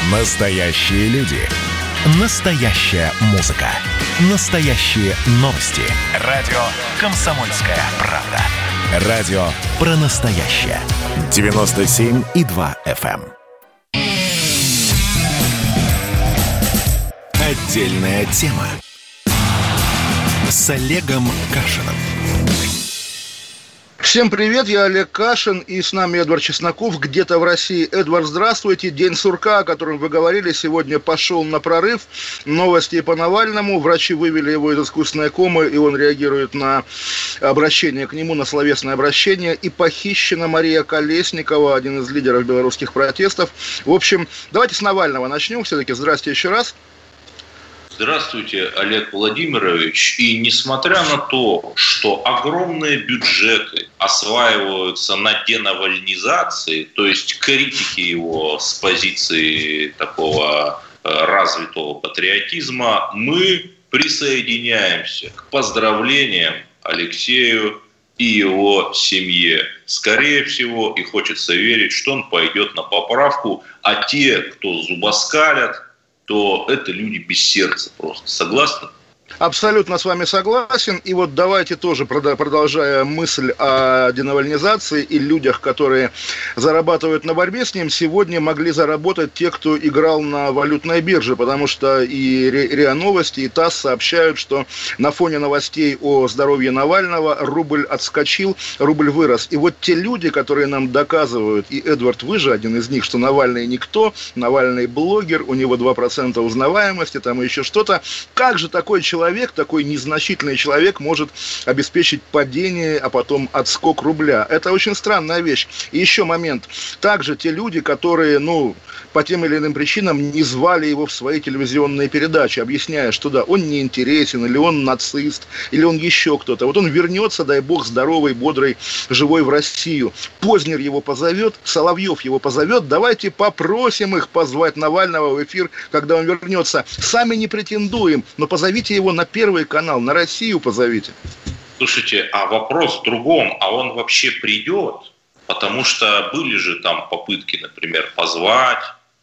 Настоящие люди. Настоящая музыка. Настоящие новости. Радио «Комсомольская правда». Радио про настоящее. 97,2 FM. Отдельная тема. С Олегом Кашиным. Всем привет, я Олег Кашин, и с нами Эдвард Чесноков, где-то в России. Эдвард, здравствуйте. День сурка, о котором вы говорили, сегодня пошел на прорыв. Новости по Навальному. Врачи вывели его из искусственной комы, и он реагирует на обращение к нему, на словесное обращение. И похищена Мария Колесникова, один из лидеров белорусских протестов. В общем, давайте с Навального начнем. Все-таки здрасте еще раз. Здравствуйте, Олег Владимирович. И несмотря на то, что огромные бюджеты осваиваются на денавальнизации, то есть критики его с позиции такого развитого патриотизма, мы присоединяемся к поздравлениям Алексею и его семье. Скорее всего, и хочется верить, что он пойдет на поправку, а те, кто зубоскалят, то это люди без сердца просто. Согласны? Абсолютно с вами согласен. И вот давайте тоже, продолжая мысль о денавальнизации и людях, которые зарабатывают на борьбе с ним, сегодня могли заработать те, кто играл на валютной бирже, потому что и РИА Новости, и ТАСС сообщают, что на фоне новостей о здоровье Навального рубль отскочил, рубль вырос. И вот те люди, которые нам доказывают, и, Эдвард, вы же один из них, что Навальный никто, Навальный блогер, у него 2% узнаваемости, там и еще что-то. Как же такой человек, такой незначительный человек может обеспечить падение, а потом отскок рубля? Это очень странная вещь. И еще момент. Также те люди, которые, по тем или иным причинам не звали его в свои телевизионные передачи, объясняя, что да, он не интересен, или он нацист, или он еще кто-то. Вот он вернется, дай бог, здоровый, бодрый, живой в Россию. Познер его позовет, Соловьев его позовет. Давайте попросим их позвать Навального в эфир, когда он вернется. Сами не претендуем, но позовите его на Первый канал, на Россию позовите. Слушайте, а вопрос в другом. А он вообще придет? Потому что были же там попытки, например, позвать.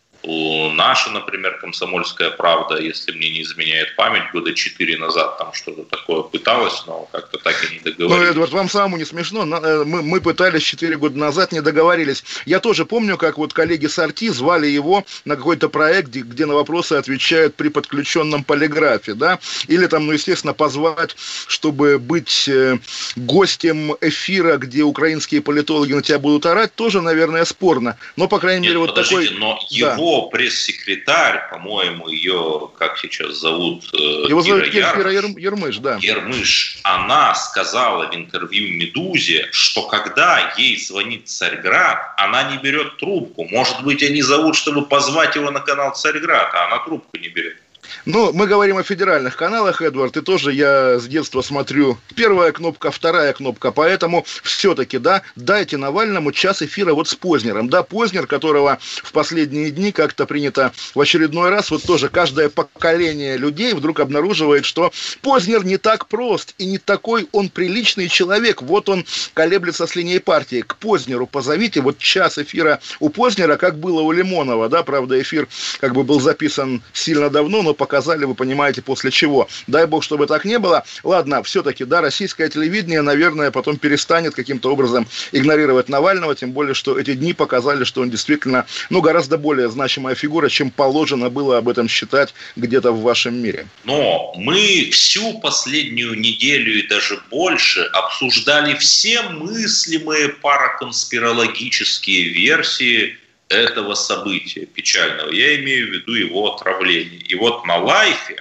Наша, например, «Комсомольская правда», если мне не изменяет память, года 4 назад там что-то такое пыталось, но как-то так и не договорились. Эдвард, вам самому не смешно? Мы пытались 4 года назад, не договорились. Я тоже помню, как вот коллеги с Арти звали его на какой-то проект, где на вопросы отвечают при подключенном полиграфе, да? Или там, естественно, позвать, чтобы быть гостем эфира, где украинские политологи на тебя будут орать, тоже, наверное, спорно. Но, по крайней мере, вот подождите, такой... но его пресс-секретарь, по-моему, ее, как сейчас зовут, его зовут Кира Ермыш, да. Ермыш, она сказала в интервью «Медузе», что когда ей звонит Царьград, она не берет трубку. Может быть, они зовут, чтобы позвать его на канал Царьград, а она трубку не берет. Мы говорим о федеральных каналах, Эдвард, и тоже я с детства смотрю первая кнопка, вторая кнопка, поэтому все-таки, да, дайте Навальному час эфира вот с Познером, да, Познер, которого в последние дни как-то принято в очередной раз, вот тоже каждое поколение людей вдруг обнаруживает, что Познер не так прост и не такой он приличный человек, вот он колеблется с линией партии. К Познеру позовите, вот час эфира у Познера, как было у Лимонова, да, правда, эфир как бы был записан сильно давно, но показали, вы понимаете, после чего. Дай бог, чтобы так не было. Ладно, все-таки, да, российское телевидение, наверное, потом перестанет каким-то образом игнорировать Навального, тем более, что эти дни показали, что он действительно, гораздо более значимая фигура, чем положено было об этом считать где-то в вашем мире. Но мы всю последнюю неделю и даже больше обсуждали все мыслимые параконспирологические версии этого события печального. Я имею в виду его отравление. И вот на лайфе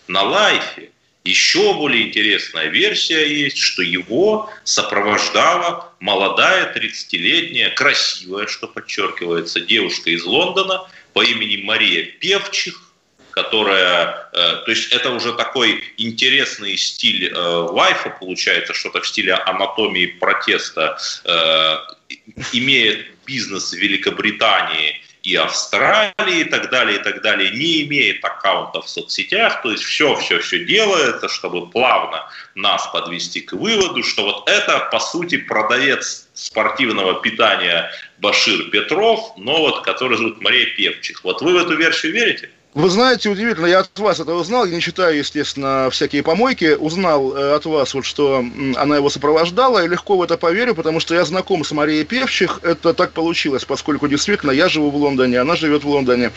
еще более интересная версия есть, что его сопровождала молодая 30-летняя, красивая, что подчеркивается, девушка из Лондона по имени Мария Певчих, которая, то есть это уже такой интересный стиль лайфа, получается, что-то в стиле анатомии протеста, имеет бизнес в Великобритании и Австралии и так далее, не имеет аккаунтов в соцсетях, то есть все делается, чтобы плавно нас подвести к выводу, что вот это, по сути, продавец спортивного питания Башир Петров, но вот который зовут Мария Певчих. Вот вы в эту версию верите? Вы знаете, удивительно, я от вас это узнал, я не читаю, естественно, всякие помойки, узнал от вас, вот, что она его сопровождала, и легко в это поверю, потому что я знаком с Марией Певчих, это так получилось, поскольку действительно я живу в Лондоне, она живет в Лондоне.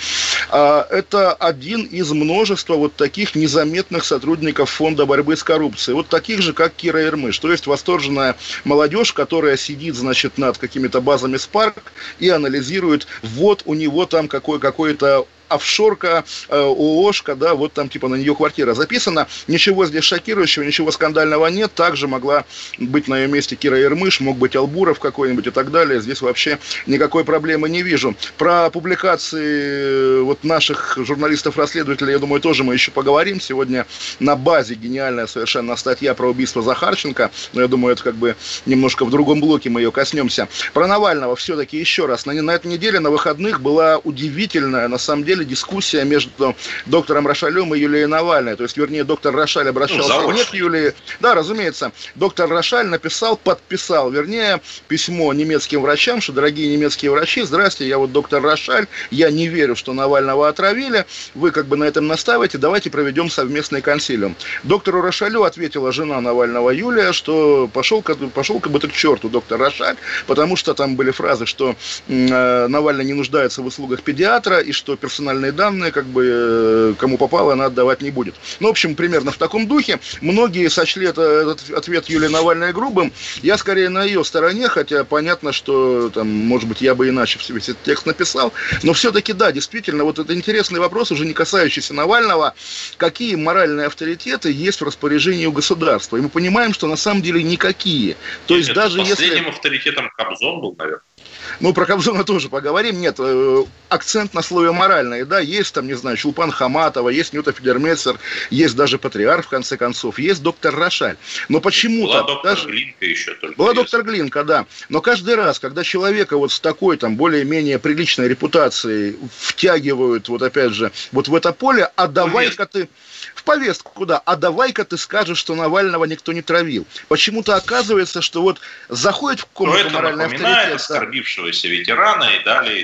Это один из множества вот таких незаметных сотрудников фонда борьбы с коррупцией, вот таких же, как Кира Ермыш, то есть восторженная молодежь, которая сидит, значит, над какими-то базами Spark и анализирует, вот у него там какой-то офшорка, ООшка, да, вот там типа на нее квартира записана. Ничего здесь шокирующего, ничего скандального нет. Также могла быть на ее месте Кира Ермыш, мог быть Албуров какой-нибудь и так далее. Здесь вообще никакой проблемы не вижу. Про публикации вот наших журналистов-расследователей, я думаю, тоже мы еще поговорим. Сегодня на базе гениальная совершенно статья про убийство Захарченко. Но я думаю, это как бы немножко в другом блоке мы ее коснемся. Про Навального все-таки еще раз. На этой неделе, на выходных, была удивительная, на самом деле, дискуссия между доктором Рошалем и Юлией Навальной. То есть, вернее, доктор Рошаль обращался не к Юлии. Да, разумеется. Доктор Рошаль подписал, вернее, письмо немецким врачам, что, дорогие немецкие врачи, здрасте, я вот доктор Рошаль, я не верю, что Навального отравили, вы как бы на этом настаиваете, давайте проведем совместный консилиум. Доктору Рошалю ответила жена Навального Юлия, что пошел как бы ты к черту, доктор Рошаль, потому что там были фразы, что Навальный не нуждается в услугах педиатра и что персональные данные, как бы, кому попало, она отдавать не будет. Ну, в общем, примерно в таком духе. Многие сочли этот ответ Юлии Навальной грубым. Я скорее на ее стороне, хотя понятно, что, там, может быть, я бы иначе весь этот текст написал. Но все-таки, да, действительно, вот это интересный вопрос, уже не касающийся Навального. Какие моральные авторитеты есть в распоряжении у государства? И мы понимаем, что на самом деле никакие. То есть даже последним авторитетом Кобзон был, наверное. Ну, про Кобзона тоже поговорим. Нет, акцент на слове «моральное», да, есть там, не знаю, Чулпан Хаматова, есть Нюта Федермейстер, есть даже патриарх, в конце концов, есть доктор Рошаль. Но почему-то... Была доктор Глинка еще только. Была доктор Глинка, да. Но каждый раз, когда человека вот с такой там более-менее приличной репутацией втягивают, вот опять же, вот в это поле, а давай-ка ты... В повестку, да, а давай-ка ты скажешь, что Навального никто не травил. Почему-то оказывается, что вот заходит в комнату моральный авторитет. Оскорбившегося ветерана и далее.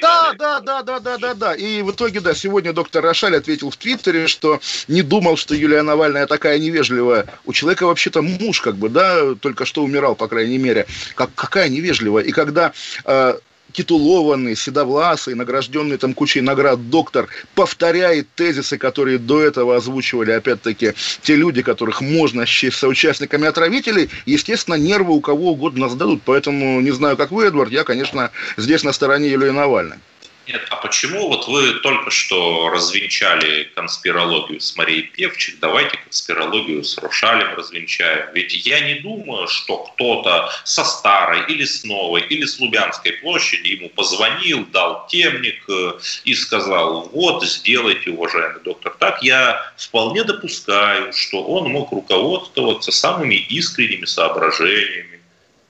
Да. И в итоге, да, сегодня доктор Рошаль ответил в Твиттере, что не думал, что Юлия Навальная такая невежливая. У человека вообще-то муж, как бы, да, только что умирал, по крайней мере. Какая невежливая. И когда... титулованный, седовласый, награжденный там кучей наград доктор повторяет тезисы, которые до этого озвучивали, опять-таки, те люди, которых можно счесть соучастниками отравителей, естественно, нервы у кого угодно сдадут. Поэтому, не знаю, как вы, Эдвард, я, конечно, здесь на стороне Юлии Навальной. Нет, а почему вот вы только что развенчали конспирологию с Марией Певчих, давайте конспирологию с Рошалем развенчаем. Ведь я не думаю, что кто-то со Старой или с Новой или с Лубянской площади ему позвонил, дал темник и сказал: вот, сделайте, уважаемый доктор. Так я вполне допускаю, что он мог руководствоваться самыми искренними соображениями.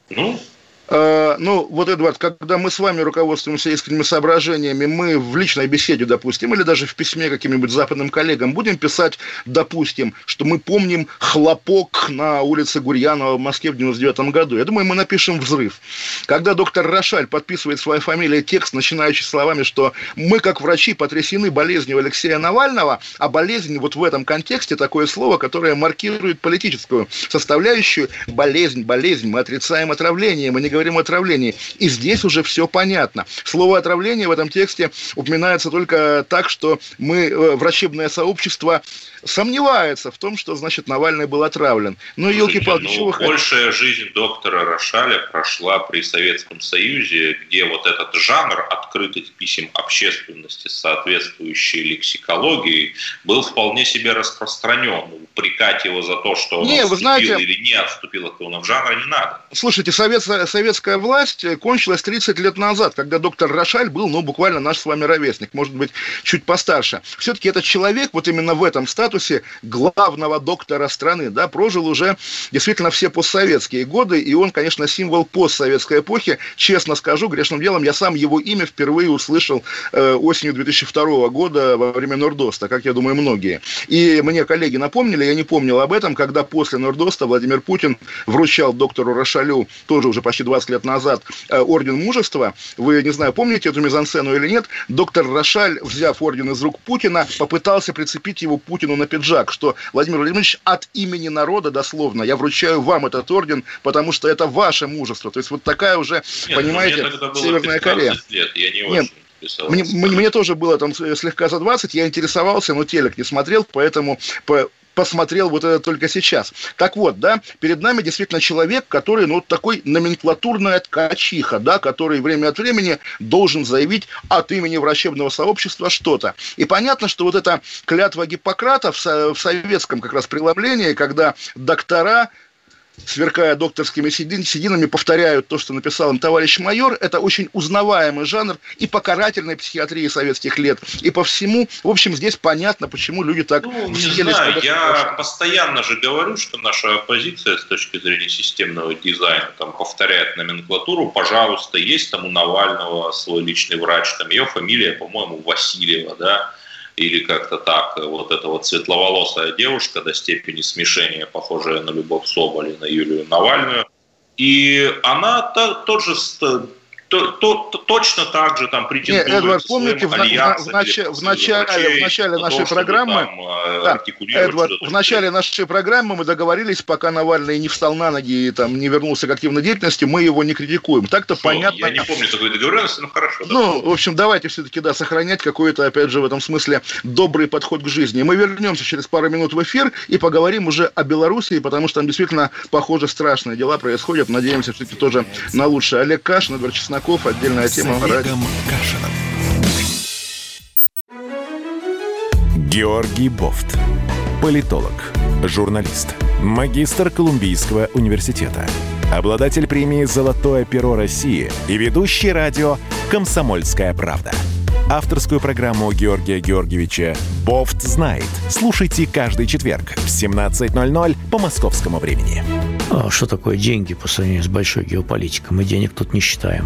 Ну, вот, Эдвард, когда мы с вами руководствуемся искренними соображениями, мы в личной беседе, допустим, или даже в письме каким-нибудь западным коллегам будем писать, допустим, что мы помним хлопок на улице Гурьянова в Москве в 99 году. Я думаю, мы напишем взрыв. Когда доктор Рошаль подписывает своей фамилией текст, начинающий словами, что мы, как врачи, потрясены болезнью Алексея Навального, а болезнь вот в этом контексте такое слово, которое маркирует политическую составляющую. Болезнь, мы отрицаем отравление, мы не говорим о отравлении. И здесь уже все понятно. Слово «отравление» в этом тексте упоминается только так, что врачебное сообщество сомневается в том, что, значит, Навальный был отравлен. Ну, елки-палки, чего вы хотите? Большая жизнь доктора Рошаля прошла при Советском Союзе, где вот этот жанр открытых писем общественности с соответствующей лексикологией был вполне себе распространен. Упрекать его за то, что он отступил или не отступил от этого жанра, не надо. Слушайте, советская власть кончилась 30 лет назад, когда доктор Рошаль был, буквально наш с вами ровесник, может быть, чуть постарше. Все-таки этот человек вот именно в этом статусе главного доктора страны, да, прожил уже действительно все постсоветские годы, и он, конечно, символ постсоветской эпохи. Честно скажу, грешным делом, я сам его имя впервые услышал осенью 2002 года во время Нордоста, как я думаю, многие. И мне коллеги напомнили, я не помнил об этом, когда после Нордоста Владимир Путин вручал доктору Рошалю, тоже уже почти 20 лет назад, орден мужества. Вы, не знаю, помните эту мизансцену или нет? Доктор Рошаль, взяв орден из рук Путина, попытался прицепить его Путину на пиджак, что Владимир Владимирович, от имени народа, дословно, я вручаю вам этот орден, потому что это ваше мужество. То есть вот такая уже, понимаете, Северная Корея. Лет, я не очень... Мне тоже было там слегка за 20, я интересовался, но телек не смотрел, поэтому посмотрел вот это только сейчас. Так вот, да, перед нами действительно человек, который, ну, такой номенклатурная ткачиха, да, который время от времени должен заявить от имени врачебного сообщества что-то. И понятно, что вот эта клятва Гиппократа в советском как раз преломлении, когда доктора, сверкая докторскими сединами, повторяют то, что написал им товарищ майор. Это очень узнаваемый жанр и по карательной психиатрии советских лет, и по всему. В общем, здесь понятно, почему люди так... Ну, не знаю, я постоянно же говорю, что наша оппозиция с точки зрения системного дизайна там повторяет номенклатуру. Пожалуйста, есть там у Навального свой личный врач, там ее фамилия, по-моему, Васильева, да, или как-то так, вот эта вот светловолосая девушка до степени смешения, похожая на Любовь Соболь и на Юлию Навальную. И она точно так же там претендует. Нет, Эдвард, помните, в начале нашей программы, Эдвард, в начале нашей программы мы договорились, пока Навальный не встал на ноги и там не вернулся к активной деятельности, мы его не критикуем. Так-то понятно. Я не помню такой договоренности, но хорошо. Да. Ну, в общем, давайте все-таки, да, сохранять какой-то, опять же, в этом смысле добрый подход к жизни. Мы вернемся через пару минут в эфир и поговорим уже о Белоруссии, потому что там действительно, похоже, страшные дела происходят. Надеемся, все-таки тоже на лучшее. Олег Кашин, Эдвард Чесноков. Отдельная тема. С Олегом Кашиным. Георгий Бофт. Политолог, журналист, магистр Колумбийского университета, обладатель премии «Золотое перо России» и ведущий радио «Комсомольская правда». Авторскую программу Георгия Георгиевича «Бофт знает». Слушайте каждый четверг в 17:00 по московскому времени. А что такое деньги по сравнению с большой геополитикой? Мы денег тут не считаем.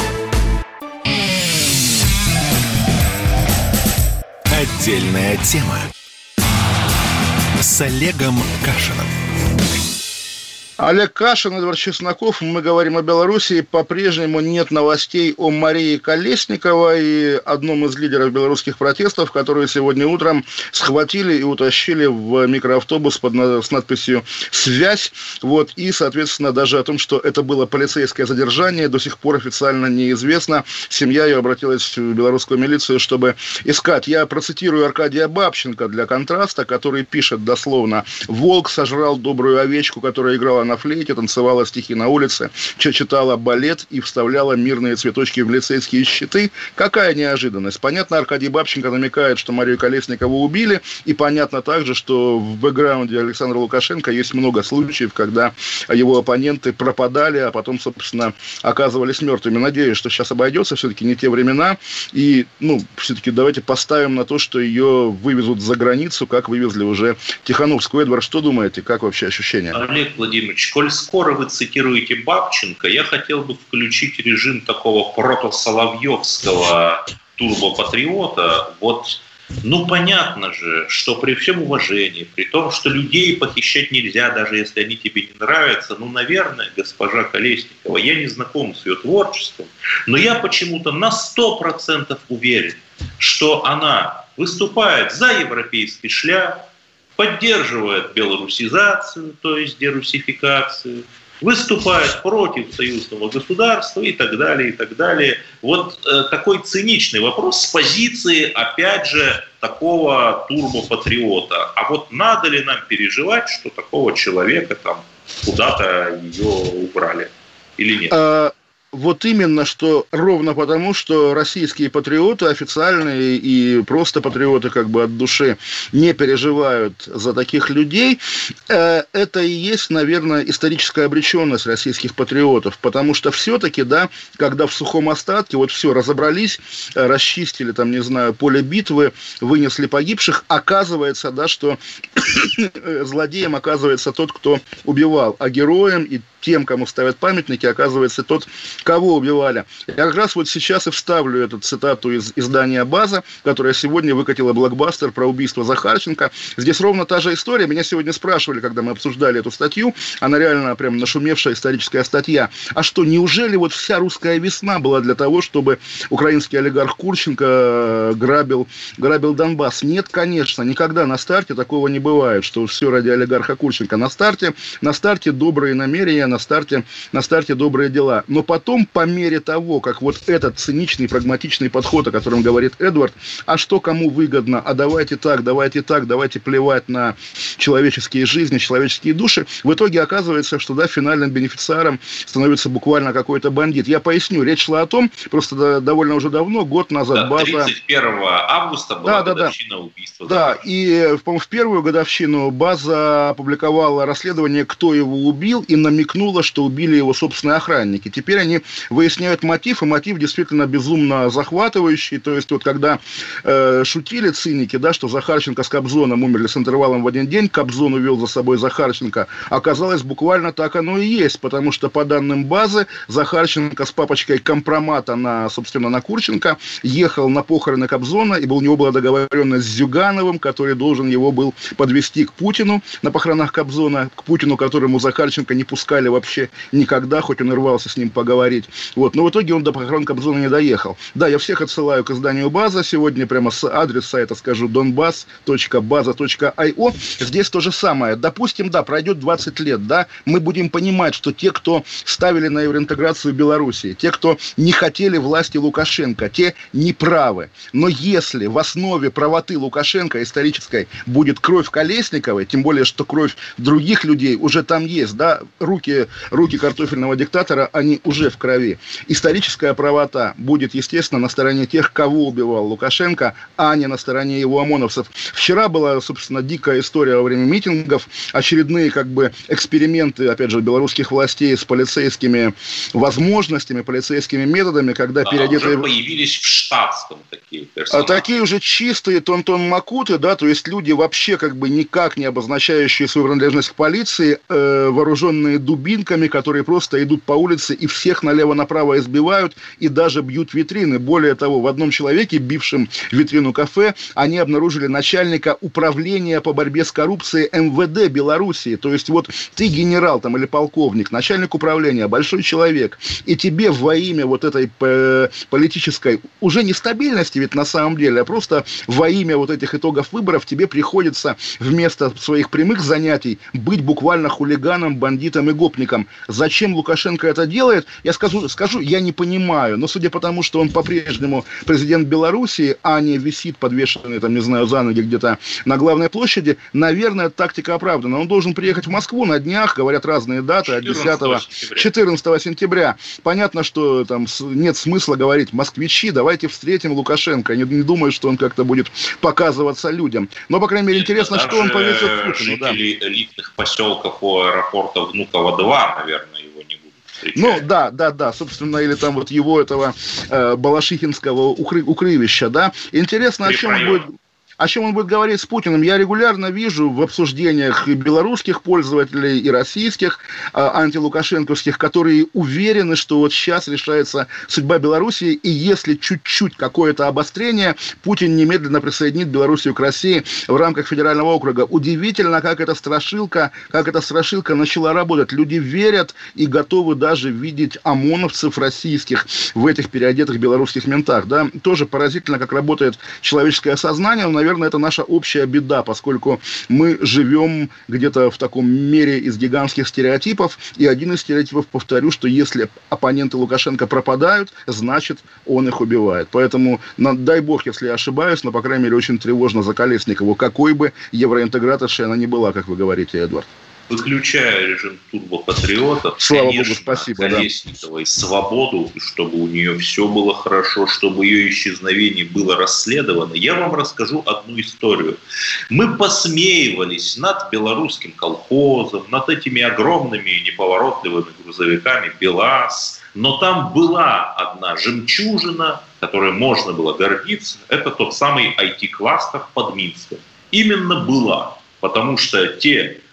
Отдельная тема с Олегом Кашиным. Олег Кашин, Эдвард Чесноков. Мы говорим о Белоруссии. По-прежнему нет новостей о Марии Колесниковой, одном из лидеров белорусских протестов, которые сегодня утром схватили и утащили в микроавтобус с надписью «Связь». Вот, и, соответственно, даже о том, что это было полицейское задержание, до сих пор официально неизвестно. Семья ее обратилась в белорусскую милицию, чтобы искать. Я процитирую Аркадия Бабченко для контраста, который пишет дословно: «Волк сожрал добрую овечку, которая играла на флейте, танцевала стихи на улице, читала балет и вставляла мирные цветочки в лицейские щиты». Какая неожиданность. Понятно, Аркадий Бабченко намекает, что Марию Колесникову убили, и понятно также, что в бэкграунде Александра Лукашенко есть много случаев, когда его оппоненты пропадали, а потом, собственно, оказывались мертвыми. Надеюсь, что сейчас обойдется, все-таки не те времена, и, все-таки давайте поставим на то, что ее вывезут за границу, как вывезли уже Тихановскую. Эдвард, что думаете, как вообще ощущения? Олег Владимирович, коль скоро вы цитируете Бабченко, я хотел бы включить режим такого протосоловьевского турбопатриота. Понятно же, что при всем уважении, при том, что людей похищать нельзя, даже если они тебе не нравятся, наверное, госпожа Колесникова, я не знаком с ее творчеством, но я почему-то на 100% уверен, что она выступает за европейский шлях, поддерживает белорусизацию, то есть дерусификацию, выступает против союзного государства и так далее, и так далее. Такой циничный вопрос с позиции, опять же, такого турбопатриота. А надо ли нам переживать, что такого человека там куда-то ее убрали или нет? Вот именно, что ровно потому, что российские патриоты, официальные и просто патриоты как бы от души, не переживают за таких людей, это и есть, наверное, историческая обреченность российских патриотов, потому что все-таки, да, когда в сухом остатке, все, разобрались, расчистили, поле битвы, вынесли погибших, оказывается, да, что злодеем оказывается тот, кто убивал, а героем и тем, кому ставят памятники, оказывается тот, Кого убивали? Я как раз вот сейчас и вставлю эту цитату из издания «База», которая сегодня выкатила блокбастер про убийство Захарченко. Здесь ровно та же история. Меня сегодня спрашивали, когда мы обсуждали эту статью, она реально прям нашумевшая историческая статья. А что, неужели вот вся русская весна была для того, чтобы украинский олигарх Курченко грабил Донбасс? Нет, конечно, никогда на старте такого не бывает, что все ради олигарха Курченко. На старте добрые намерения, на старте добрые дела. Но потом, по мере того, как вот этот циничный, прагматичный подход, о котором говорит Эдвард, а что кому выгодно, а давайте так, давайте плевать на человеческие жизни, человеческие души, в итоге оказывается, что да, финальным бенефициаром становится буквально какой-то бандит. Я поясню, речь шла о том, просто довольно уже давно, год назад база... 31 августа была годовщина убийства. Да, и, по-моему, в первую годовщину база опубликовала расследование, кто его убил, и намекнула, что убили его собственные охранники. Теперь они выясняют мотив, и мотив действительно безумно захватывающий. То есть, вот когда шутили циники, да, что Захарченко с Кобзоном умерли с интервалом в один день, Кобзон увел за собой Захарченко, оказалось, буквально так оно и есть, потому что, по данным базы, Захарченко с папочкой компромата на Курченко ехал на похороны Кобзона, и у него была договоренность с Зюгановым, который должен его был подвести к Путину на похоронах Кобзона, к Путину, которому Захарченко не пускали вообще никогда, хоть он и рвался с ним поговорить. Вот. Но в итоге он до похорон Кобзона не доехал. Да, я всех отсылаю к изданию «База». Сегодня прямо с адрес сайта скажу donbass.baza.io. Здесь то же самое. Допустим, да, пройдет 20 лет, да, мы будем понимать, что те, кто ставили на евроинтеграцию Белоруссии, те, кто не хотели власти Лукашенко, те неправы. Но если в основе правоты Лукашенко исторической будет кровь Колесниковой, тем более, что кровь других людей уже там есть, да, руки картофельного диктатора, они уже в крови. Историческая правота будет, естественно, на стороне тех, кого убивал Лукашенко, а не на стороне его ОМОНовцев. Вчера была, собственно, дикая история во время митингов, очередные, как бы, эксперименты, опять же, белорусских властей с полицейскими возможностями, полицейскими методами, когда переодетые... уже появились в штатском такие персонажи. Такие уже чистые тон-макуты, да, то есть люди вообще, как бы, никак не обозначающие свою принадлежность к полиции, вооруженные дубинками, которые просто идут по улице и всех налево-направо избивают и даже бьют витрины. Более того, в одном человеке, бившем витрину кафе, они обнаружили начальника управления по борьбе с коррупцией МВД Белоруссии. То есть вот ты генерал там или полковник, начальник управления, большой человек, и тебе во имя вот этой политической уже нестабильности ведь на самом деле, а просто во имя вот этих итогов выборов тебе приходится вместо своих прямых занятий быть буквально хулиганом, бандитом и гопником. Зачем Лукашенко это делает? Я скажу, я не понимаю, но судя по тому, что он по-прежнему президент Белоруссии, а не висит подвешенный, там, не знаю, за ноги где-то на главной площади, наверное, тактика оправдана. Он должен приехать в Москву на днях, говорят разные даты, от 10-14 сентября. Понятно, что там нет смысла говорить: москвичи, давайте встретим Лукашенко. Не думаю, что он как-то будет показываться людям. Но, по крайней мере, интересно, что он повесит Путину. Жители элитных поселков у аэропорта Внуково-2, наверное, его не будут встречать. Ну, да, собственно, или там вот его этого балашихинского укрывища, да. Интересно, о чем он будет говорить с Путиным. Я регулярно вижу в обсуждениях и белорусских пользователей, и российских антилукашенковских, которые уверены, что вот сейчас решается судьба Белоруссии, и если чуть-чуть какое-то обострение, Путин немедленно присоединит Белоруссию к России в рамках федерального округа. Удивительно, как эта страшилка начала работать. Люди верят и готовы даже видеть ОМОНовцев российских в этих переодетых белорусских ментах. Да? Тоже поразительно, как работает человеческое сознание. Но, наверное, это наша общая беда, поскольку мы живем где-то в таком мире из гигантских стереотипов, и один из стереотипов, повторю, что если оппоненты Лукашенко пропадают, значит, он их убивает. Поэтому, дай бог, если я ошибаюсь, но, по крайней мере, очень тревожно за Колесникову, какой бы евроинтеграторшей она ни была, как вы говорите, Эдвард. Выключая режим турбопатриотов, слава конечно, Богу, спасибо, Колесниковой свободу, чтобы у нее все было хорошо, чтобы ее исчезновение было расследовано. Я вам расскажу одну историю. Мы посмеивались над белорусским колхозом, над этими огромными и неповоротливыми грузовиками БелАЗ, но там была одна жемчужина, которой можно было гордиться. Это тот самый IT-кластер под Минском. Именно была, потому что те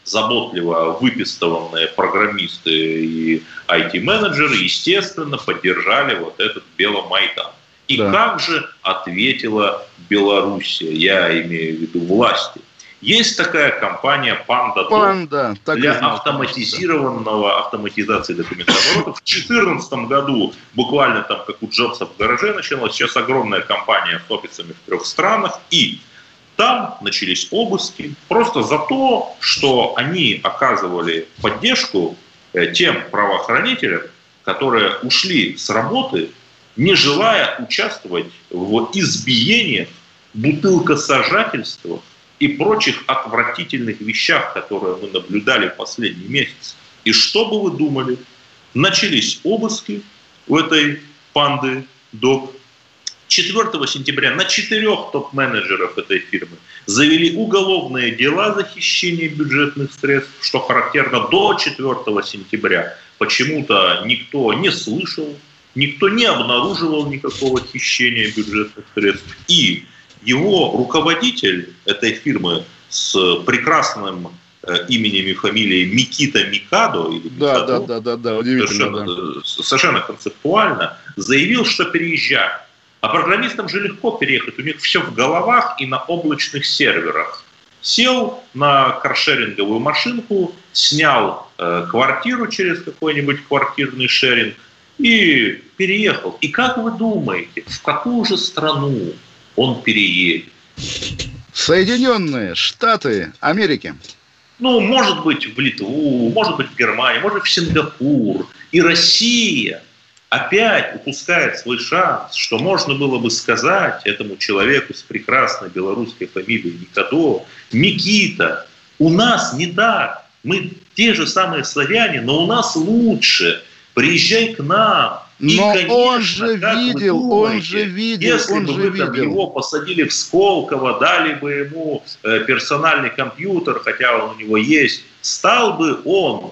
заботливо выпистыванные программисты и IT-менеджеры, естественно, поддержали вот этот Беломайдан. И как же ответила Белоруссия, я имею в виду власти? Есть такая компания «Панда» для автоматизации документооборота. В 2014 году, буквально там, как у Джобса в гараже началась, сейчас огромная компания с офисами в 3 странах, и там начались обыски просто за то, что они оказывали поддержку тем правоохранителям, которые ушли с работы, не желая участвовать в избиениях, бутылкосажательствах и прочих отвратительных вещах, которые мы наблюдали в последний месяц. И что бы вы думали? Начались обыски у этой «Панды Док». 4 сентября на 4 топ-менеджеров этой фирмы завели уголовные дела за хищение бюджетных средств, что характерно до 4 сентября. Почему-то никто не слышал, никто не обнаруживал никакого хищения бюджетных средств. И его руководитель этой фирмы с прекрасным именем и фамилией Микита Микадо, совершенно концептуально, заявил, что переезжает. А программистам же легко переехать, у них все в головах и на облачных серверах. Сел на каршеринговую машинку, снял квартиру через какой-нибудь квартирный шеринг и переехал. И как вы думаете, в какую же страну он переедет? Соединенные Штаты Америки. Ну, может быть, в Литву, может быть, в Германию, может, в Сингапур. И Россия опять упускает свой шанс, что можно было бы сказать этому человеку с прекрасной белорусской фамилией Микадо: Микита, у нас не так, мы те же самые славяне, но у нас лучше, приезжай к нам. И, но конечно, он же видел, если бы вы там его посадили в Сколково, дали бы ему персональный компьютер, хотя он у него есть, стал бы он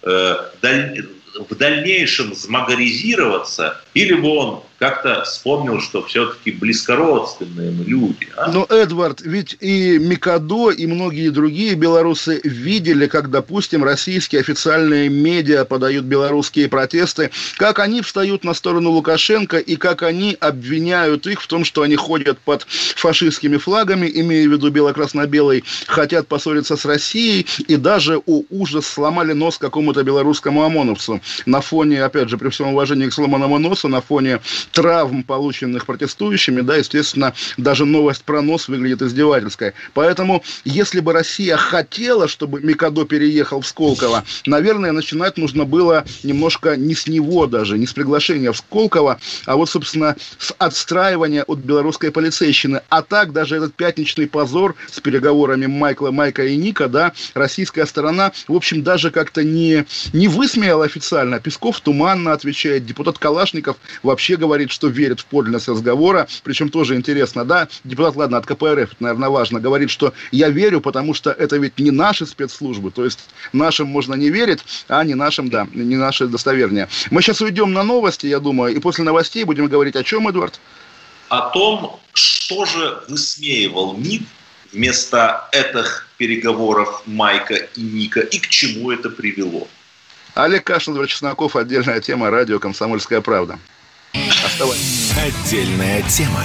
в дальнейшем змагаризироваться, или бы он как-то вспомнил, что все-таки близкородственные мы люди. А? Но, Эдвард, ведь и Микадо, и многие другие белорусы видели, как, допустим, российские официальные медиа подают белорусские протесты, как они встают на сторону Лукашенко и как они обвиняют их в том, что они ходят под фашистскими флагами, имея в виду бело-красно-белый, хотят поссориться с Россией, и даже, ужас, сломали нос какому-то белорусскому ОМОНовцу. На фоне, опять же, при всем уважении к сломанному носу, на фоне травм, полученных протестующими, да, естественно, даже новость про нос выглядит издевательской. Поэтому, если бы Россия хотела, чтобы Микадо переехал в Сколково, наверное, начинать нужно было немножко не с него даже, не с приглашения в Сколково, а вот, собственно, с отстраивания от белорусской полицейщины. А так, даже этот пятничный позор с переговорами Майка и Ника, да, российская сторона, в общем, даже как-то не высмеяла официально. Песков туманно отвечает, депутат Калашников вообще говорит, что верит в подлинность разговора, причем тоже интересно, да, депутат, ладно, от КПРФ, это, наверное, важно, говорит, что я верю, потому что это ведь не наши спецслужбы, то есть нашим можно не верить, а не нашим, да, не наши достовернее. Мы сейчас уйдем на новости, я думаю, и после новостей будем говорить о чем, Эдуард? О том, что же высмеивал МИД вместо этих переговоров Майка и Ника, и к чему это привело. Олег Кашин, Эдвард Чесноков, отдельная тема, радио «Комсомольская правда». Оставайтесь. Отдельная тема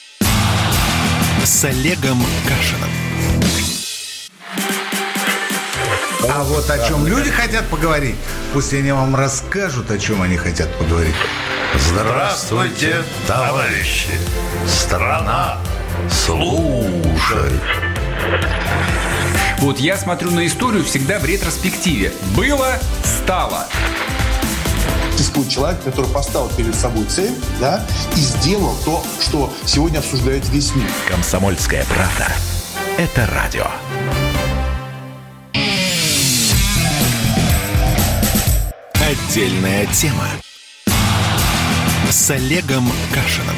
с Олегом Кашиным. А вот о чем люди хотят поговорить, пусть они вам расскажут, о чем они хотят поговорить. Здравствуйте, товарищи! Страна служит! Вот я смотрю на историю всегда в ретроспективе. Было, стало. Существует человек, который поставил перед собой цель, да, и сделал то, что сегодня обсуждает весь мир. «Комсомольская правда» — это радио. Отдельная тема с Олегом Кашиным.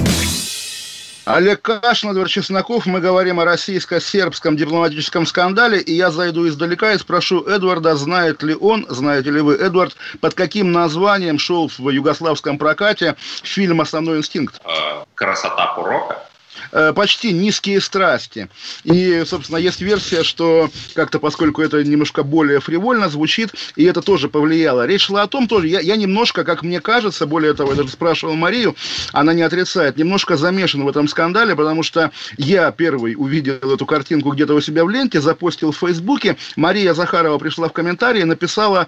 Олег Кашин, Эдвард Чесноков. Мы говорим о российско-сербском дипломатическом скандале. И я зайду издалека и спрошу Эдварда, знает ли он, знаете ли вы, Эдвард, под каким названием шел в югославском прокате фильм «Основной инстинкт»? «Красота порока». почти низкие страсти. И, собственно, есть версия, что как-то, поскольку это немножко более фривольно звучит, и это тоже повлияло. Речь шла о том тоже, я немножко, как мне кажется, более того, я даже спрашивал Марию, она не отрицает, немножко замешан в этом скандале, потому что я первый увидел эту картинку где-то у себя в ленте, запостил в Фейсбуке, Мария Захарова пришла в комментарии и написала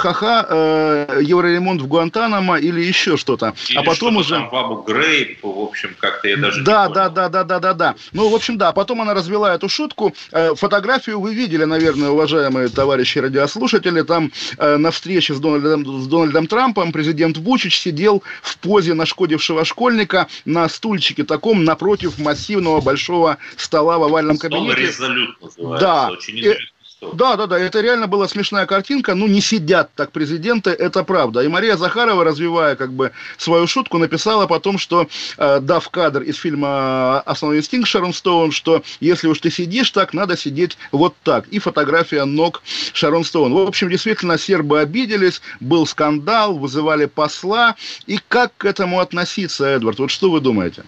ха-ха, евроремонт в Гуантанамо или еще что-то. Или а потом что-то уже... там в Абу-Грейб, в общем, как-то я даже да, не понял. Да. Ну, в общем, да. Потом она развела эту шутку. Фотографию вы видели, наверное, уважаемые товарищи радиослушатели. Там на встрече с Дональдом Трампом президент Вучич сидел в позе нашкодившего школьника на стульчике таком напротив массивного большого стола в овальном кабинете. Стол резолют называется. Да. Очень известный. Да, это реально была смешная картинка, ну не сидят так президенты, это правда. И Мария Захарова, развивая как бы свою шутку, написала потом, что, дав кадр из фильма «Основной инстинкт» Шарон Стоун, что если уж ты сидишь так, надо сидеть вот так. И фотография ног Шарон Стоун. В общем, действительно, сербы обиделись, был скандал, вызывали посла. И как к этому относиться, Эдвард? Вот что вы думаете?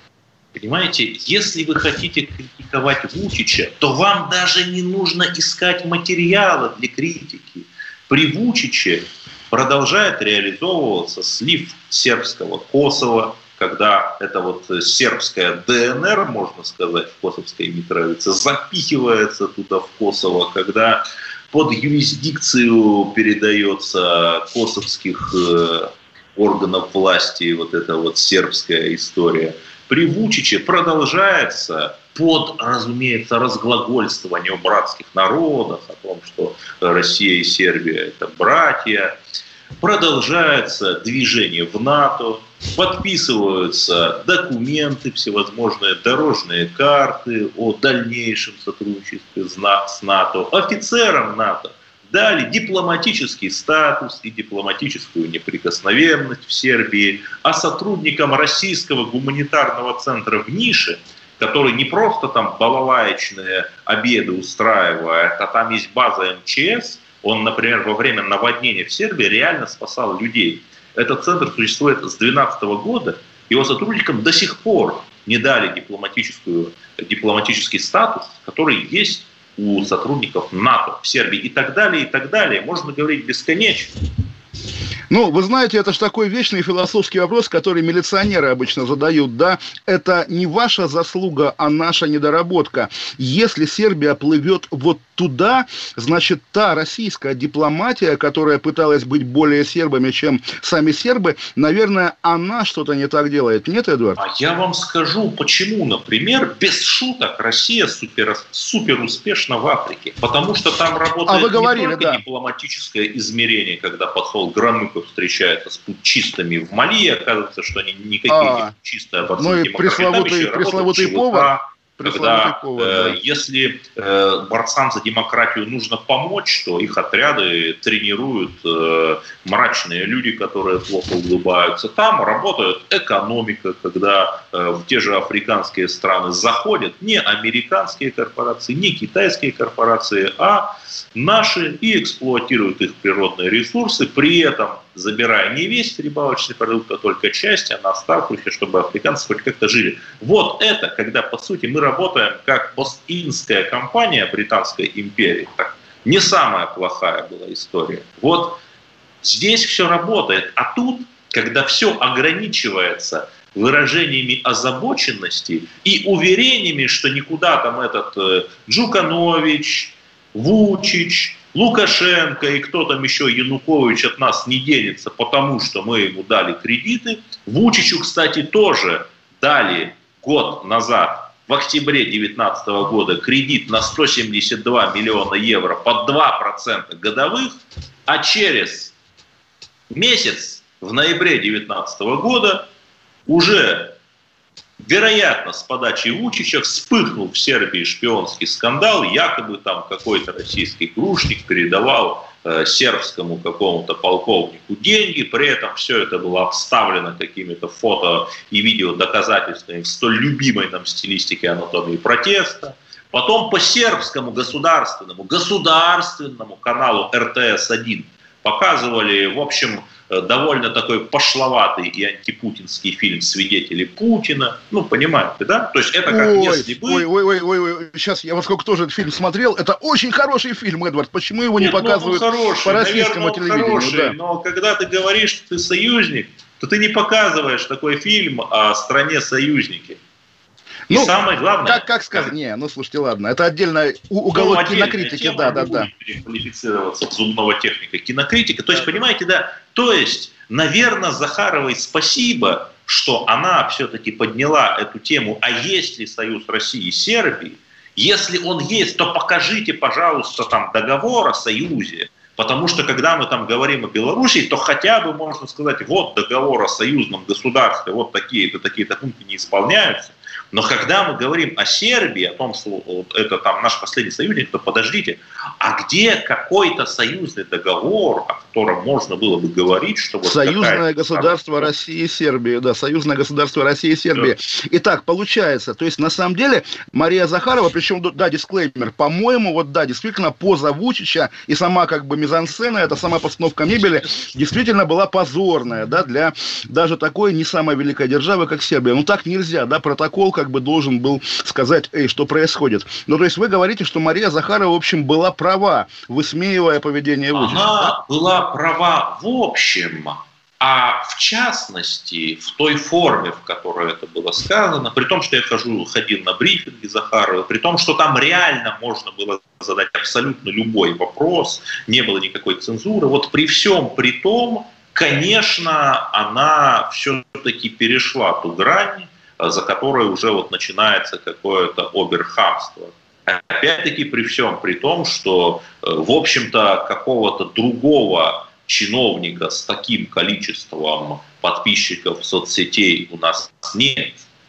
Понимаете, если вы хотите критиковать Вучича, то вам даже не нужно искать материалы для критики. При Вучиче продолжает реализовываться слив сербского Косово, когда это вот сербская ДНР, можно сказать, в Косовской Митровице, запихивается туда в Косово, когда под юрисдикцию передается косовских органов власти вот эта вот сербская история. При Вучиче продолжается под, разумеется, разглагольствование о братских народах, о том, что Россия и Сербия – это братья. Продолжается движение в НАТО, подписываются документы, всевозможные дорожные карты о дальнейшем сотрудничестве с НАТО. Офицерам НАТО дали дипломатический статус и дипломатическую неприкосновенность в Сербии, а сотрудникам российского гуманитарного центра в Нише, который не просто там балалаечные обеды устраивает, а там есть база МЧС, он, например, во время наводнения в Сербии реально спасал людей. Этот центр существует с 2012 года, его сотрудникам до сих пор не дали дипломатический статус, который есть у сотрудников НАТО в Сербии и так далее, можно говорить бесконечно. Ну, вы знаете, это же такой вечный философский вопрос, который милиционеры обычно задают, да? Это не ваша заслуга, а наша недоработка. Если Сербия плывет вот туда, значит, та российская дипломатия, которая пыталась быть более сербами, чем сами сербы, наверное, она что-то не так делает. Нет, Эдуард? А я вам скажу, почему, например, без шуток Россия супер успешна в Африке. Потому что там работает не только дипломатическое измерение, когда посол Громыков встречается с путчистами в Мали, и оказывается, что они никакие не путчисты, а борцы демократии. Пресловутый повар. Когда если борцам за демократию нужно помочь, то их отряды тренируют мрачные люди, которые плохо улыбаются. Там работает экономика, когда в те же африканские страны заходят не американские корпорации, не китайские корпорации, а наши, и эксплуатируют их природные ресурсы, при этом забирая не весь прибавочный продукт, а только часть, а на оставшуюся, чтобы африканцы хоть как-то жили. Вот это, когда, по сути, мы работаем как Ост-Индская компания Британской империи. Так, не самая плохая была история. Вот здесь все работает. А тут, когда все ограничивается выражениями озабоченности и уверениями, что никуда там этот Джуканович, Вучич, Лукашенко и кто там еще, Янукович, от нас не денется, потому что мы ему дали кредиты. Вучичу, кстати, тоже дали год назад, в октябре 2019 года, кредит на 172 миллиона евро под 2% годовых, а через месяц, в ноябре 2019 года, уже, вероятно, с подачи Вучича вспыхнул в Сербии шпионский скандал, якобы там какой-то российский грушник передавал сербскому какому-то полковнику деньги, при этом все это было обставлено какими-то фото и видео доказательствами в столь любимой нам стилистике анатомии протеста. Потом по сербскому государственному каналу РТС-1 показывали, в общем, довольно такой пошловатый и антипутинский фильм «Свидетели Путина». Ну, понимаете, да? То есть это как если бы... Ой, сейчас я вот сколько тоже этот фильм смотрел. Это очень хороший фильм, Эдвард. Почему его не показывают по российскому телевидению? Хороший, но когда ты говоришь, что ты союзник, то ты не показываешь такой фильм о стране-союзники. И самое главное... Как сказать? Слушайте, ладно. Это отдельно уголок кинокритики, да. Квалифицироваться в зубного техника кинокритика. То есть, понимаете, да, то есть, наверное, Захаровой спасибо, что она все-таки подняла эту тему, а есть ли союз России и Сербии? Если он есть, то покажите, пожалуйста, там договор о союзе. Потому что, когда мы там говорим о Белоруссии, то хотя бы можно сказать, вот договор о союзном государстве, вот такие-то пункты не исполняются. Но когда мы говорим о Сербии, о том, что это там наш последний союзник, то подождите, а где какой-то союзный договор, о котором можно было бы говорить, что вот союзное государство России и Сербии, да, союзное государство России и Сербии. Да. Итак, получается, то есть на самом деле Мария Захарова, причем, да, дисклеймер, по-моему, вот да, действительно поза Вучича и сама как бы мизансцена, эта сама постановка мебели действительно была позорная, да, для даже такой не самой великой державы, как Сербия. Ну так нельзя, да, протокол как бы должен был сказать, что происходит. Ну, то есть вы говорите, что Мария Захарова, в общем, была права, высмеивая поведение Вучича. Она была права в общем, а в частности, в той форме, в которой это было сказано, при том, что я ходил на брифинги Захаровой, при том, что там реально можно было задать абсолютно любой вопрос, не было никакой цензуры, вот при всем при том, конечно, она все-таки перешла ту грань, за которой уже вот начинается какое-то оберхамство. Опять-таки при всем при том, что, в общем-то, какого-то другого чиновника с таким количеством подписчиков соцсетей у нас нет.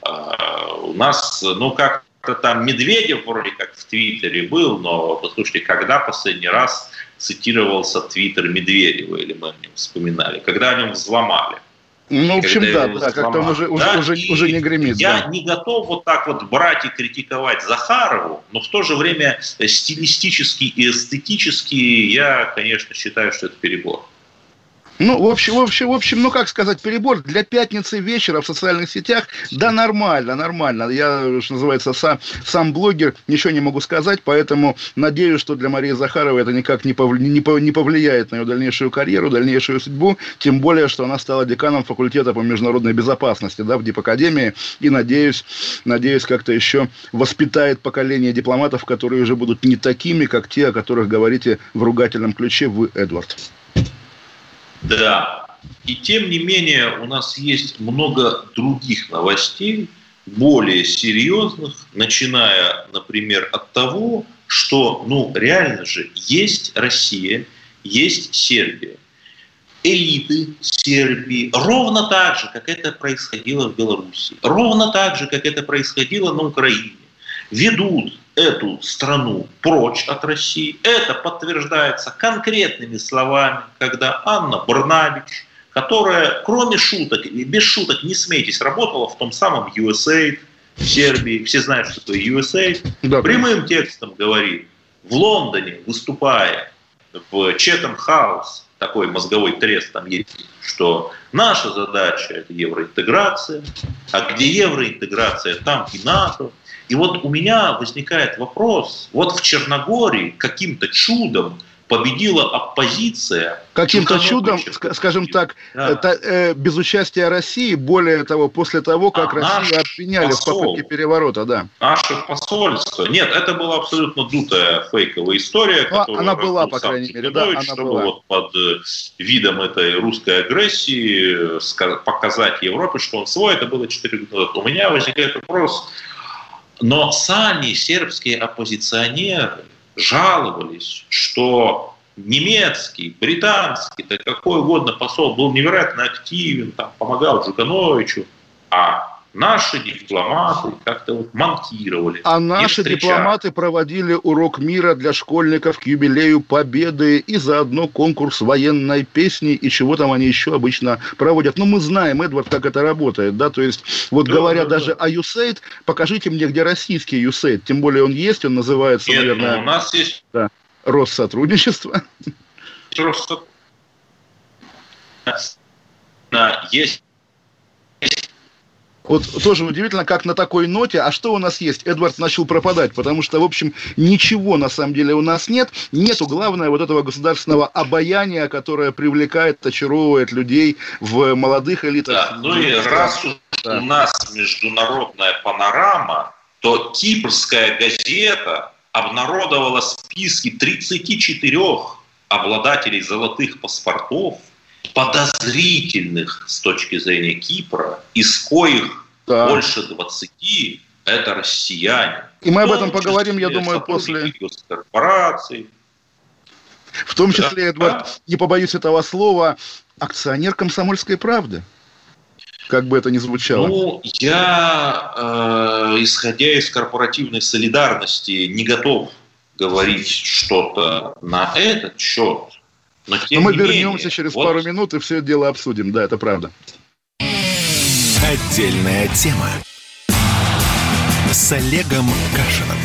У нас, как-то там Медведев вроде как в Твиттере был, но, послушайте, когда последний раз цитировался Твиттер Медведева, или мы о нем вспоминали, когда о нем взломали? Ну, в общем, да, как-то он уже не гремит. Я не готов вот так вот брать и критиковать Захарову, но в то же время стилистически и эстетически я, конечно, считаю, что это перебор. Ну, в общем, как сказать, перебор для пятницы вечера в социальных сетях, да, нормально. Я, что называется, сам блогер, ничего не могу сказать, поэтому надеюсь, что для Марии Захаровой это никак не повлияет на ее дальнейшую карьеру, дальнейшую судьбу, тем более, что она стала деканом факультета по международной безопасности, да, в Дипакадемии, и надеюсь, как-то еще воспитает поколение дипломатов, которые уже будут не такими, как те, о которых говорите в ругательном ключе вы, Эдвард. Да, и тем не менее у нас есть много других новостей, более серьезных, начиная, например, от того, что, реально же есть Россия, есть Сербия. Элиты Сербии, ровно так же, как это происходило в Беларуси, ровно так же, как это происходило на Украине, ведут эту страну прочь от России. Это подтверждается конкретными словами, когда Анна Брнабич, которая, кроме шуток, без шуток, не смейтесь, работала в том самом USAID в Сербии, все знают, что такое USAID, да, прямым текстом говорит, в Лондоне, выступая в Chatham House, такой мозговой трест там есть, что наша задача – это евроинтеграция, а где евроинтеграция, там и НАТО. И вот у меня возникает вопрос, вот в Черногории каким-то чудом победила оппозиция. Каким-то чудом, скажем так, да. Это, без участия России, более того, после того, как Россию обвиняли в попытке переворота. Да. Наше посольство. Нет, это была абсолютно дутая фейковая история. Она была, по крайней мере, да, она чтобы была. Вот под видом этой русской агрессии показать Европе, что он свой, это было 4 года назад. У меня возникает вопрос, но сами сербские оппозиционеры жаловались, что немецкий, британский, да какой угодно посол был невероятно активен, там, помогал Джукановичу, а наши дипломаты как-то вот манкировали. А наши дипломаты проводили урок мира для школьников к юбилею Победы и заодно конкурс военной песни и чего там они еще обычно проводят. Ну, мы знаем, Эдвард, как это работает, да, то есть, вот говоря даже о USAID, покажите мне, где российский USAID, тем более он есть, он называется, Нет, наверное... у нас есть... Да, Россотрудничество. есть. Вот тоже удивительно, как на такой ноте, а что у нас есть? Эдвард начал пропадать, потому что, в общем, ничего на самом деле у нас нет. Нету, главное, вот этого государственного обаяния, которое привлекает, очаровывает людей в молодых элитах. Да, ну и раз у нас международная панорама, то Кипрская газета обнародовала списки 34 обладателей золотых паспортов, подозрительных с точки зрения Кипра, из коих больше 20 – это россияне. И мы об этом поговорим, я думаю, после... Госкорпораций. В том числе, Эдвард, не побоюсь этого слова, акционер «Комсомольской правды». Как бы это ни звучало. Ну, я, исходя из корпоративной солидарности, не готов говорить что-то на этот счет. Но мы вернемся через пару минут и все это дело обсудим. Да, это правда. Отдельная тема с Олегом Кашиным.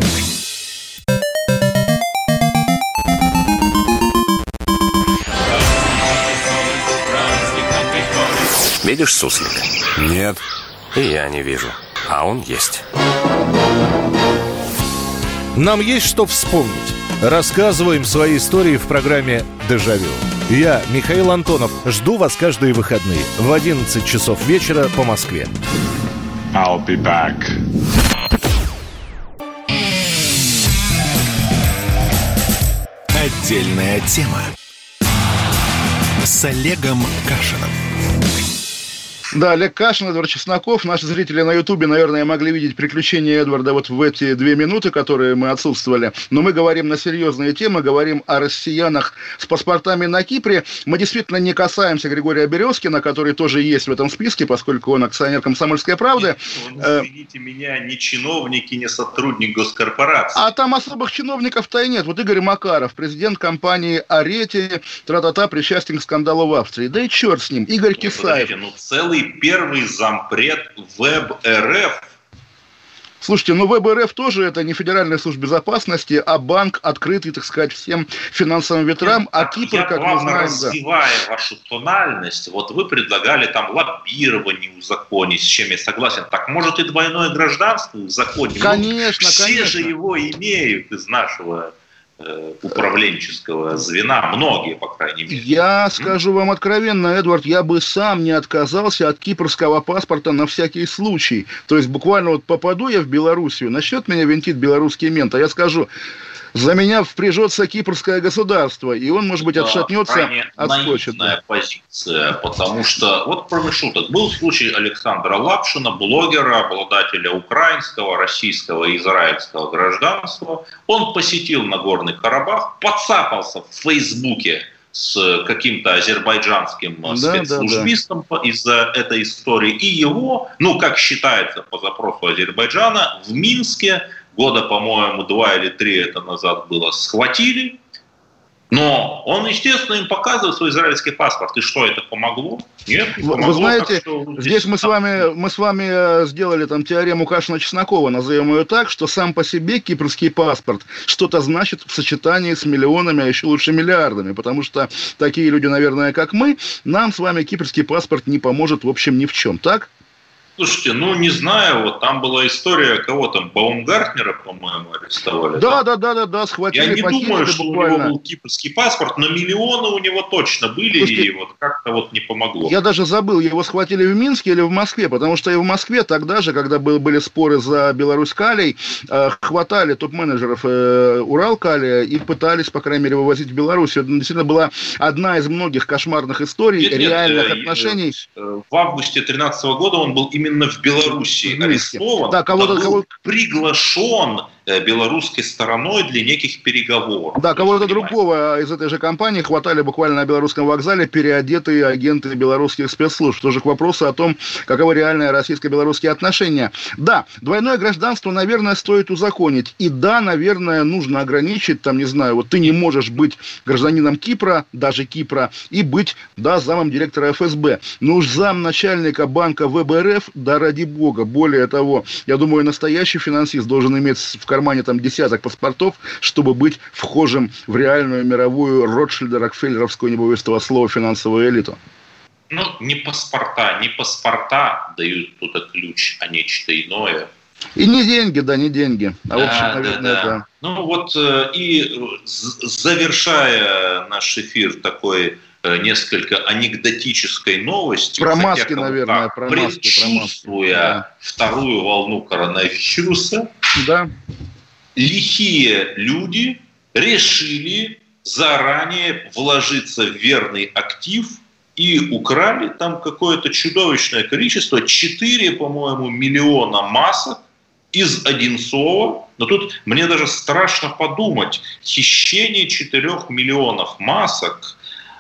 Видишь суслика? Нет. И я не вижу. А он есть. Нам есть что вспомнить. Рассказываем свои истории в программе «Дежавю». Я, Михаил Антонов, жду вас каждые выходные в 11 часов вечера по Москве. I'll be back. Отдельная тема с Олегом Кашиным. Да, Олег Кашин, Эдвард Чесноков. Наши зрители на Ютубе, наверное, могли видеть приключения Эдварда вот в эти 2 минуты, которые мы отсутствовали. Но мы говорим на серьезные темы, говорим о россиянах с паспортами на Кипре. Мы действительно не касаемся Григория Березкина, который тоже есть в этом списке, поскольку он акционер «Комсомольской правды». Извините меня, не чиновник и не сотрудник госкорпорации. А там особых чиновников-то и нет. Вот Игорь Макаров, президент компании «Арети», тра-та-та, причастен к скандалу в Австрии. Да и черт с ним. Игорь Кисаев. Целый первый зампред ВЭБ РФ. Слушайте, ну ВЭБ РФ тоже это не Федеральная служба безопасности, а банк, открытый, так сказать, всем финансовым ветрам. А Кипр, как мы знаем... Развивая вашу тональность, вот вы предлагали там лоббирование узаконить, с чем я согласен. Так может и двойное гражданство узаконить? Конечно, все конечно. же его имеют из нашего управленческого звена, многие, по крайней мере. Я скажу вам откровенно, Эдвард, я бы сам не отказался от кипрского паспорта на всякий случай. То есть буквально вот попаду я в Белоруссию, начнет меня винтить белорусский мент, а я скажу: за меня впряжется кипрское государство, и он, может быть, отшатнется, отскочит. Наивная позиция, потому что, вот кроме шуток, был случай Александра Лапшина, блогера, обладателя украинского, российского и израильского гражданства. Он посетил Нагорный Карабах, подцапался в Фейсбуке с каким-то азербайджанским спецслужбистом из-за этой истории. И его, ну, как считается по запросу Азербайджана, в Минске года, по-моему, 2 или 3 это назад было, схватили. Но он, естественно, им показывает свой израильский паспорт. И что, это помогло? Нет, не помогло. Вы знаете, здесь мы с вами сделали там теорему Кашина-Чеснокова, назовем ее так, что сам по себе кипрский паспорт что-то значит в сочетании с миллионами, а еще лучше миллиардами, потому что такие люди, наверное, как мы, нам с вами кипрский паспорт не поможет, в общем, ни в чем, так? Слушайте, ну не знаю, вот там была история, кого там, Баумгартнера, по-моему, арестовали. Да, схватили. Я не думаю, что буквально у него был кипрский паспорт, но миллионы у него точно были. Слушайте, и вот как-то вот не помогло. Я даже забыл, его схватили в Минске или в Москве, потому что и в Москве тогда же, когда были споры за Беларусь-Калий, хватали топ-менеджеров Урал-Калия и пытались, по крайней мере, вывозить в Беларусь. Это действительно была одна из многих кошмарных историй реальных отношений. В августе 2013 года он был именно в Беларуси арестован, да, был приглашен белорусской стороной для неких переговоров. Да, кого-то другого из этой же компании хватали буквально на белорусском вокзале переодетые агенты белорусских спецслужб. Тоже к вопросу о том, каковы реальные российско-белорусские отношения. Да, двойное гражданство, наверное, стоит узаконить. И да, наверное, нужно ограничить, там, не знаю, вот ты не можешь быть гражданином Кипра, даже Кипра, и быть, да, замом директора ФСБ. Но уж замначальника банка ВБ РФ Да ради бога. Более того, я думаю, настоящий финансист должен иметь в кармане там десяток паспортов, чтобы быть вхожим в реальную мировую Ротшильда-Рокфеллеровскую, не боюсь этого слова, финансовую элиту. Ну, не паспорта дают туда ключ, а нечто иное. И не деньги, не деньги. А в общем, наверное, да. Ну вот, и завершая наш эфир такой несколько анекдотической новостью. Про маски, наверное, про маски. Предчувствуя вторую волну коронавируса, лихие люди решили заранее вложиться в верный актив и украли там какое-то чудовищное количество, 4, по-моему, миллиона масок из Одинцова. Но тут мне даже страшно подумать. Хищение 4 миллионов масок,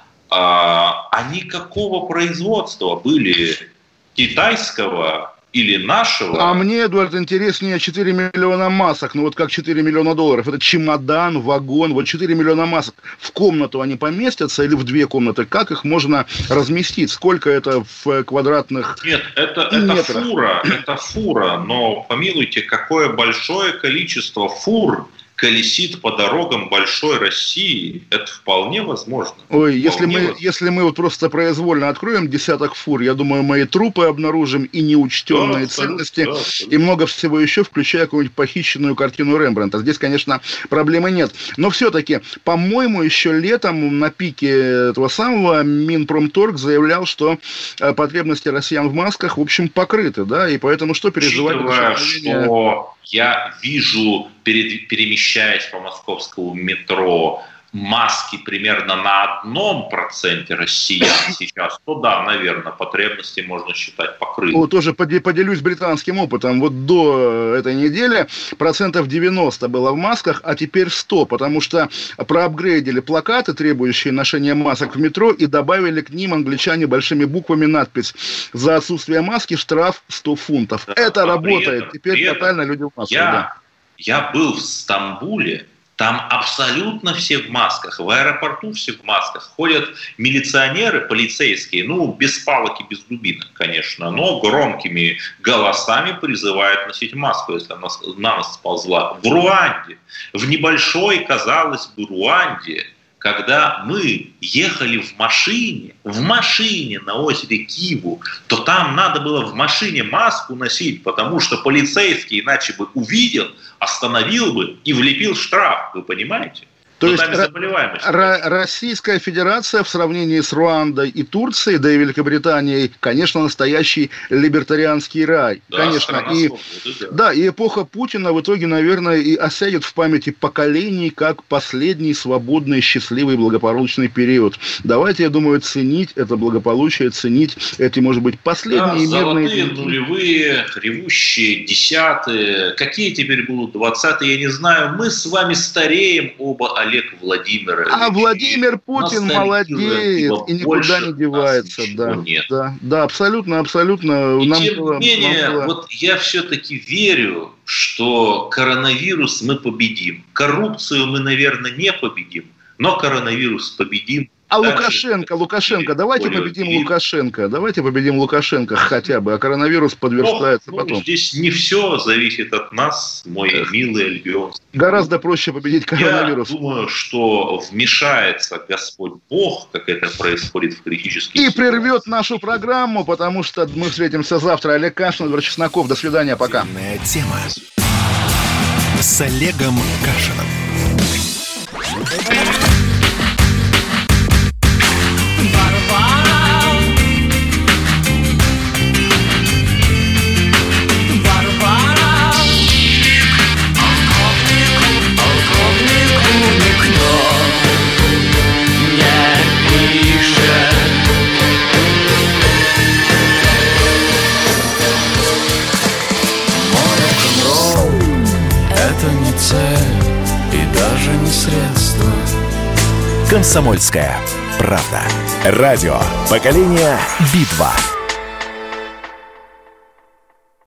они какого производства были? Китайского или нашего? А мне, Эдуард, интереснее 4 миллиона масок. Ну вот как 4 миллиона долларов. Это чемодан, вагон. Вот 4 миллиона масок. В комнату они поместятся или в 2 комнаты? Как их можно разместить? Сколько это в квадратных метрах? Нет, это фура. Но помилуйте, какое большое количество фур колесит по дорогам большой России. Это вполне возможно. Ой, если мы вот просто произвольно откроем десяток фур, я думаю, мы и трупы обнаружим, и неучтенные ценности, и много всего еще, включая какую-нибудь похищенную картину Рембрандта. Здесь, конечно, проблемы нет. Но все-таки, по-моему, еще летом на пике этого самого Минпромторг заявлял, что потребности россиян в масках, в общем, покрыты, да, и поэтому что переживать? Что я вижу, перемещаясь по московскому метро, маски примерно на 1% россиян сейчас, то да, наверное, потребности можно считать покрыты. Тоже поделюсь британским опытом. Вот до этой недели 90% было в масках, а теперь 100%, потому что проапгрейдили плакаты, требующие ношения масок в метро, и добавили к ним англичане большими буквами надпись: за отсутствие маски штраф 100 фунтов. Да, это работает. Теперь тотально люди в масках. Я был в Стамбуле. Там абсолютно все в масках. В аэропорту все в масках. Ходят милиционеры, полицейские, без палок и без дубинок, конечно, но громкими голосами призывают носить маску, если она на нас сползла. В Руанде, в небольшой, казалось бы, Руанде, когда мы ехали в машине на озере Киву, то там надо было в машине маску носить, потому что полицейский иначе бы увидел, остановил бы и влепил штраф, вы понимаете? То есть Российская Федерация в сравнении с Руандой и Турцией, да и Великобританией, конечно, настоящий либертарианский рай. Да, конечно. И эпоха Путина в итоге, наверное, и осядет в памяти поколений как последний свободный, счастливый, благополучный период. Давайте, я думаю, ценить это благополучие, ценить эти, может быть, последние мирные... Золотые, нулевые, ревущие, десятые. Какие теперь будут 20-е, я не знаю. Мы с вами стареем оба, Олег Владимирович. А Владимир Путин молодеет и никуда не девается. Да, абсолютно. И тем не менее, вот я все-таки верю, что коронавирус мы победим. Коррупцию мы, наверное, не победим, но коронавирус победим. А Лукашенко, давайте победим Лукашенко хотя бы, а коронавирус подверстается потом. Здесь не все зависит от нас, мой милый Альбион. Гораздо проще победить коронавирус. Я думаю, что вмешается Господь Бог, как это происходит в критических ситуациях. И прервет нашу программу, потому что мы встретимся завтра. Олег Кашин, Эдвард Чесноков. До свидания, пока. Тема с Олегом Кашиным. «Комсомольская правда». Радио «Поколение Битва».